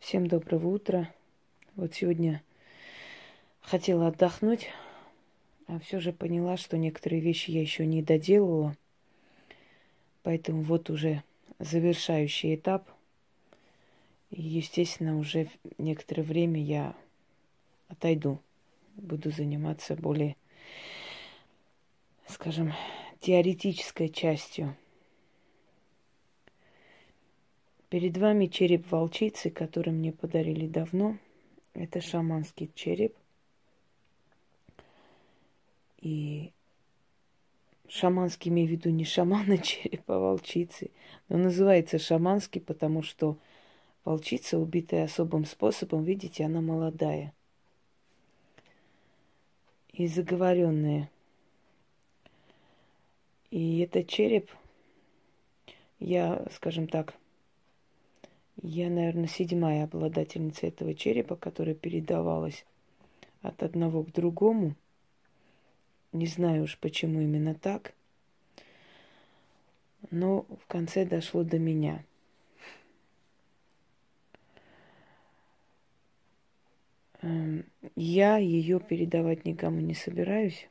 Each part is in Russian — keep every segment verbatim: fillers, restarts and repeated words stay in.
Всем доброго утра. Вот сегодня хотела отдохнуть, а все же поняла, что некоторые вещи я еще не доделала. Поэтому вот уже завершающий этап. И, естественно, уже некоторое время я отойду. Буду заниматься более, скажем, теоретической частью. Перед вами череп волчицы, который мне подарили давно. Это шаманский череп. И шаманский, имею в виду не шамана череп, а волчицы. Но называется шаманский, потому что волчица, убитая особым способом, видите, она молодая и заговоренная. И этот череп, я, скажем так, я, наверное, седьмая обладательница этого черепа, которая передавалась от одного к другому. Не знаю уж, почему именно так. Но в конце дошло до меня. Я ее передавать никому не собираюсь.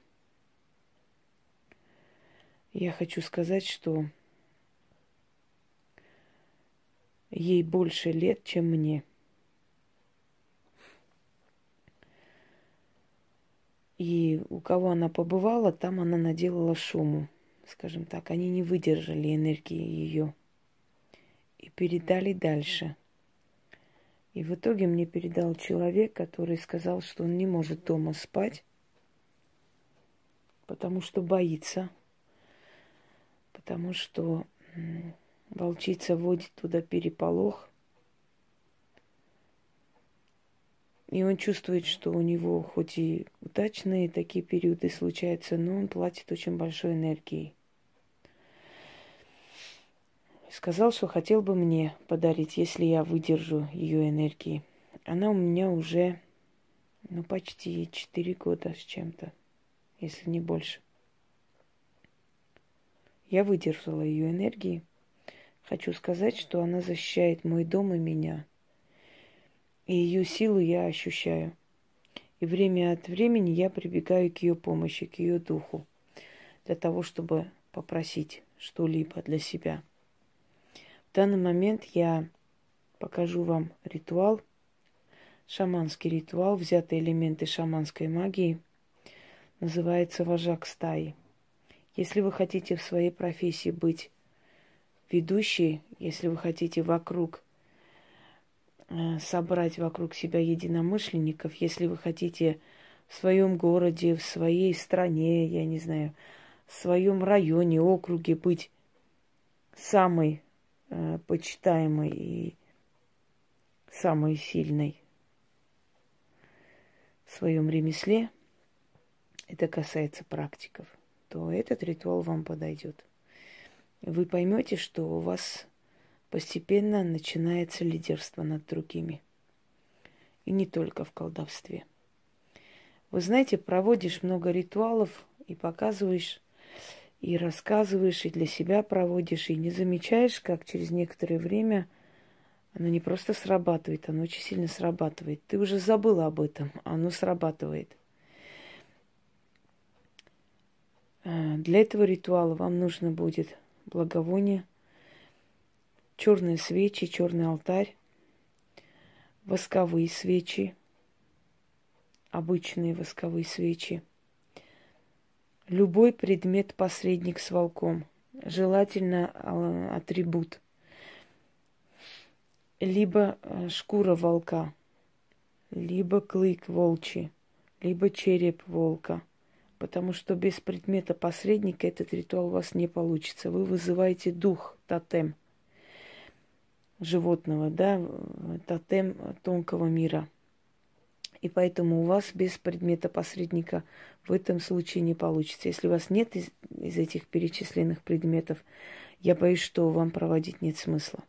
Я хочу сказать, что ей больше лет, чем мне. И у кого она побывала, там она наделала шуму. Скажем так, они не выдержали энергии ее и передали дальше. И в итоге мне передал человек, который сказал, что он не может дома спать, потому что боится, потому что волчица вводит туда переполох. И он чувствует, что у него хоть и удачные такие периоды случаются, но он платит очень большой энергией. Сказал, что хотел бы мне подарить, если я выдержу ее энергии. Она у меня уже, ну, почти четыре года с чем-то, если не больше. Я выдержала ее энергии. Хочу сказать, что она защищает мой дом и меня. И ее силу я ощущаю. И время от времени я прибегаю к ее помощи, к ее духу, для того, чтобы попросить что-либо для себя. В данный момент я покажу вам ритуал, шаманский ритуал, взятые элементы шаманской магии, называется вожак стаи. Если вы хотите в своей профессии быть ведущей, если вы хотите вокруг собрать вокруг себя единомышленников, если вы хотите в своем городе, в своей стране, я не знаю, в своем районе, округе быть самой э, почитаемой и самой сильной в своем ремесле, это касается практиков, то этот ритуал вам подойдет. Вы поймете, что у вас постепенно начинается лидерство над другими. И не только в колдовстве. Вы знаете, проводишь много ритуалов и показываешь, и рассказываешь, и для себя проводишь, и не замечаешь, как через некоторое время оно не просто срабатывает, оно очень сильно срабатывает. Ты уже забыла об этом, а оно срабатывает. Для этого ритуала вам нужно будет благовоние, черные свечи, черный алтарь, восковые свечи, обычные восковые свечи, любой предмет-посредник с волком, желательно атрибут, либо шкура волка, либо клык волчий, либо череп волка, потому что без предмета-посредника этот ритуал у вас не получится. Вы вызываете дух, тотем животного, да, тотем тонкого мира. И поэтому у вас без предмета-посредника в этом случае не получится. Если у вас нет из, из этих перечисленных предметов, я боюсь, что вам проводить нет смысла.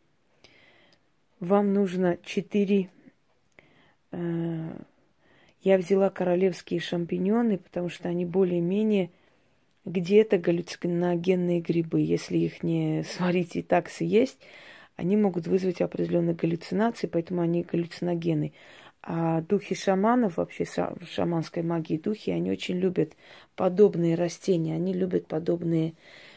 Вам нужно четыре... Э, я взяла королевские шампиньоны, потому что они более-менее где-то галлюциногенные грибы. Если их не сварить и так съесть, они могут вызвать определенные галлюцинации, поэтому они галлюциногены. А духи шаманов, вообще в шаманской магии духи, они очень любят подобные растения, они любят подобные,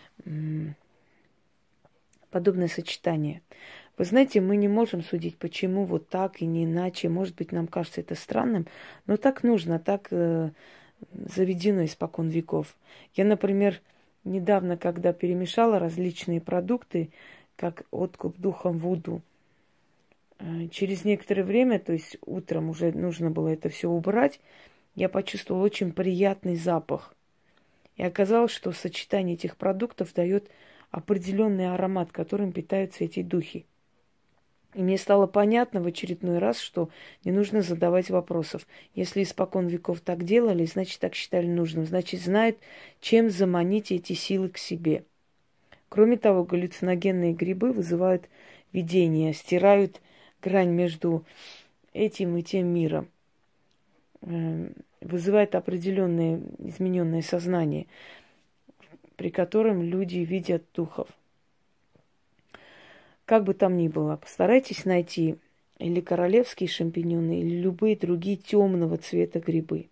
подобное сочетание. Вы знаете, мы не можем судить, почему вот так и не иначе. Может быть, нам кажется это странным, но так нужно, так э, заведено испокон веков. Я, например, недавно, когда перемешала различные продукты, как откуп духом Вуду, э, через некоторое время, то есть утром уже нужно было это все убрать, я почувствовала очень приятный запах. И оказалось, что сочетание этих продуктов дает определенный аромат, которым питаются эти духи. И мне стало понятно в очередной раз, что не нужно задавать вопросов. Если испокон веков так делали, значит, так считали нужным. Значит, знают, чем заманить эти силы к себе. Кроме того, галлюциногенные грибы вызывают видения, стирают грань между этим и тем миром. Вызывает определенное измененное сознание, при котором люди видят духов. Как бы там ни было, постарайтесь найти или королевские шампиньоны, или любые другие темного цвета грибы.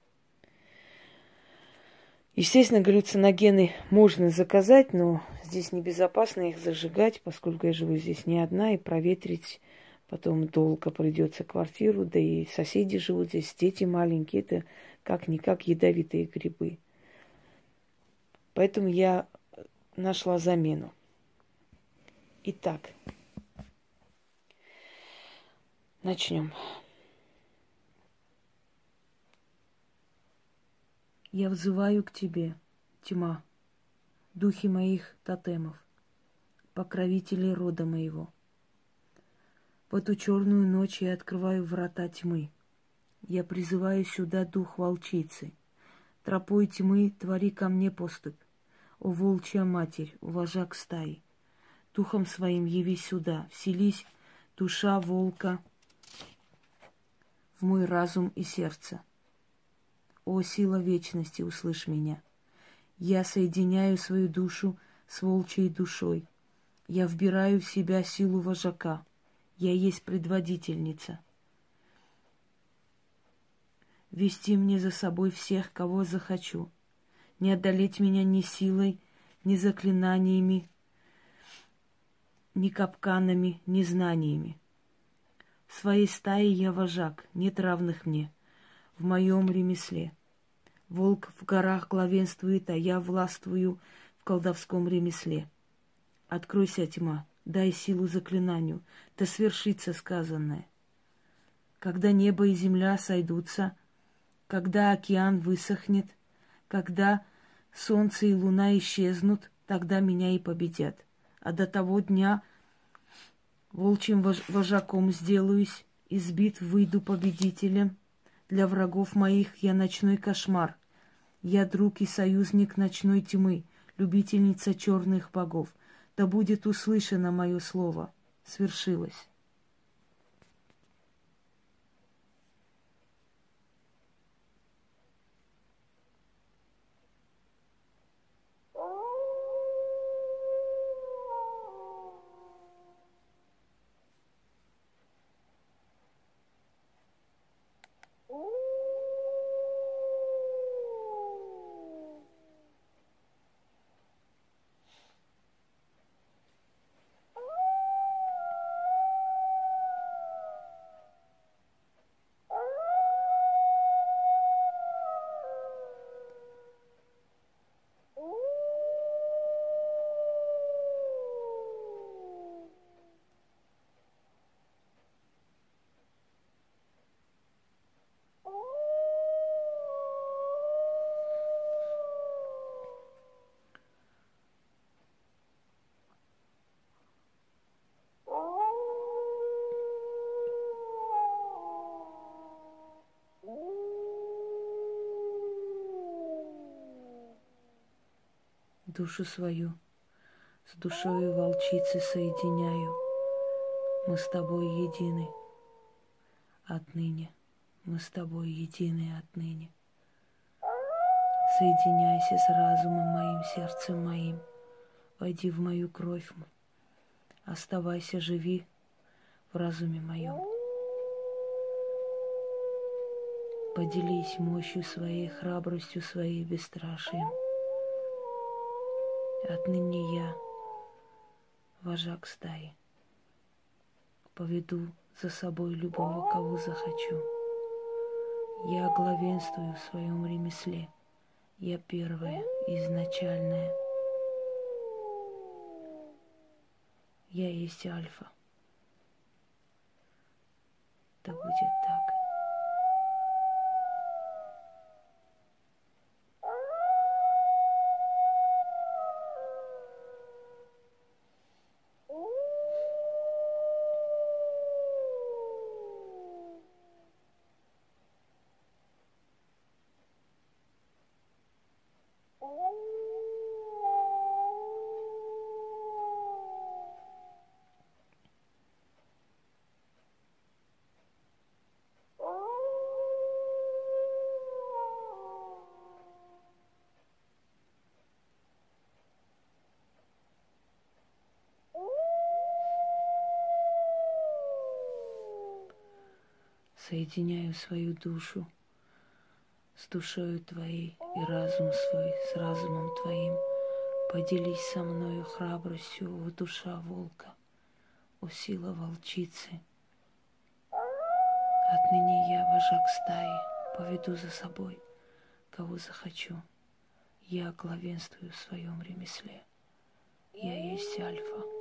Естественно, галлюциногены можно заказать, но здесь небезопасно их зажигать, поскольку я живу здесь не одна, и проветрить потом долго придется квартиру, да и соседи живут здесь, дети маленькие, это как-никак ядовитые грибы. Поэтому я нашла замену. Итак, начнем. Я взываю к тебе, тьма, духи моих тотемов, покровители рода моего. В эту черную ночь я открываю врата тьмы. Я призываю сюда дух волчицы. Тропой тьмы твори ко мне поступь. О, волчья матерь, о, вожак стаи. Духом своим явись сюда, вселись, душа волка, в мой разум и сердце. О, сила вечности, услышь меня. Я соединяю свою душу с волчьей душой. Я вбираю в себя силу вожака. Я есть предводительница. Вести мне за собой всех, кого захочу. Не одолеть меня ни силой, ни заклинаниями, ни капканами, ни знаниями. В своей стае я вожак, нет равных мне, в моем ремесле. Волк в горах главенствует, а я властвую в колдовском ремесле. Откройся, тьма, дай силу заклинанию, да свершится сказанное. Когда небо и земля сойдутся, когда океан высохнет, когда солнце и луна исчезнут, тогда меня и победят. А до того дня волчьим вожаком сделаюсь, из битв выйду победителем. Для врагов моих я ночной кошмар. Я друг и союзник ночной тьмы, любительница черных богов. Да будет услышано мое слово. Свершилось. Душу свою с душою волчицы соединяю. Мы с тобой едины отныне. Мы с тобой едины отныне. Соединяйся с разумом моим, сердцем моим. Войди в мою кровь, Оставайся, живи в разуме моем. Поделись мощью своей, храбростью своей, бесстрашием. Отныне я вожак стаи. Поведу за собой любого, кого захочу. Я главенствую в своем ремесле. Я первая, изначальная. Я есть Альфа. Да будет так. Соединяю свою душу с душою Твоей и разум свой с разумом Твоим. Поделись со мною храбростью, о душа волка, о сила волчицы. Отныне я вожак стаи, поведу за собой, кого захочу. Я главенствую в своем ремесле. Я есть Альфа.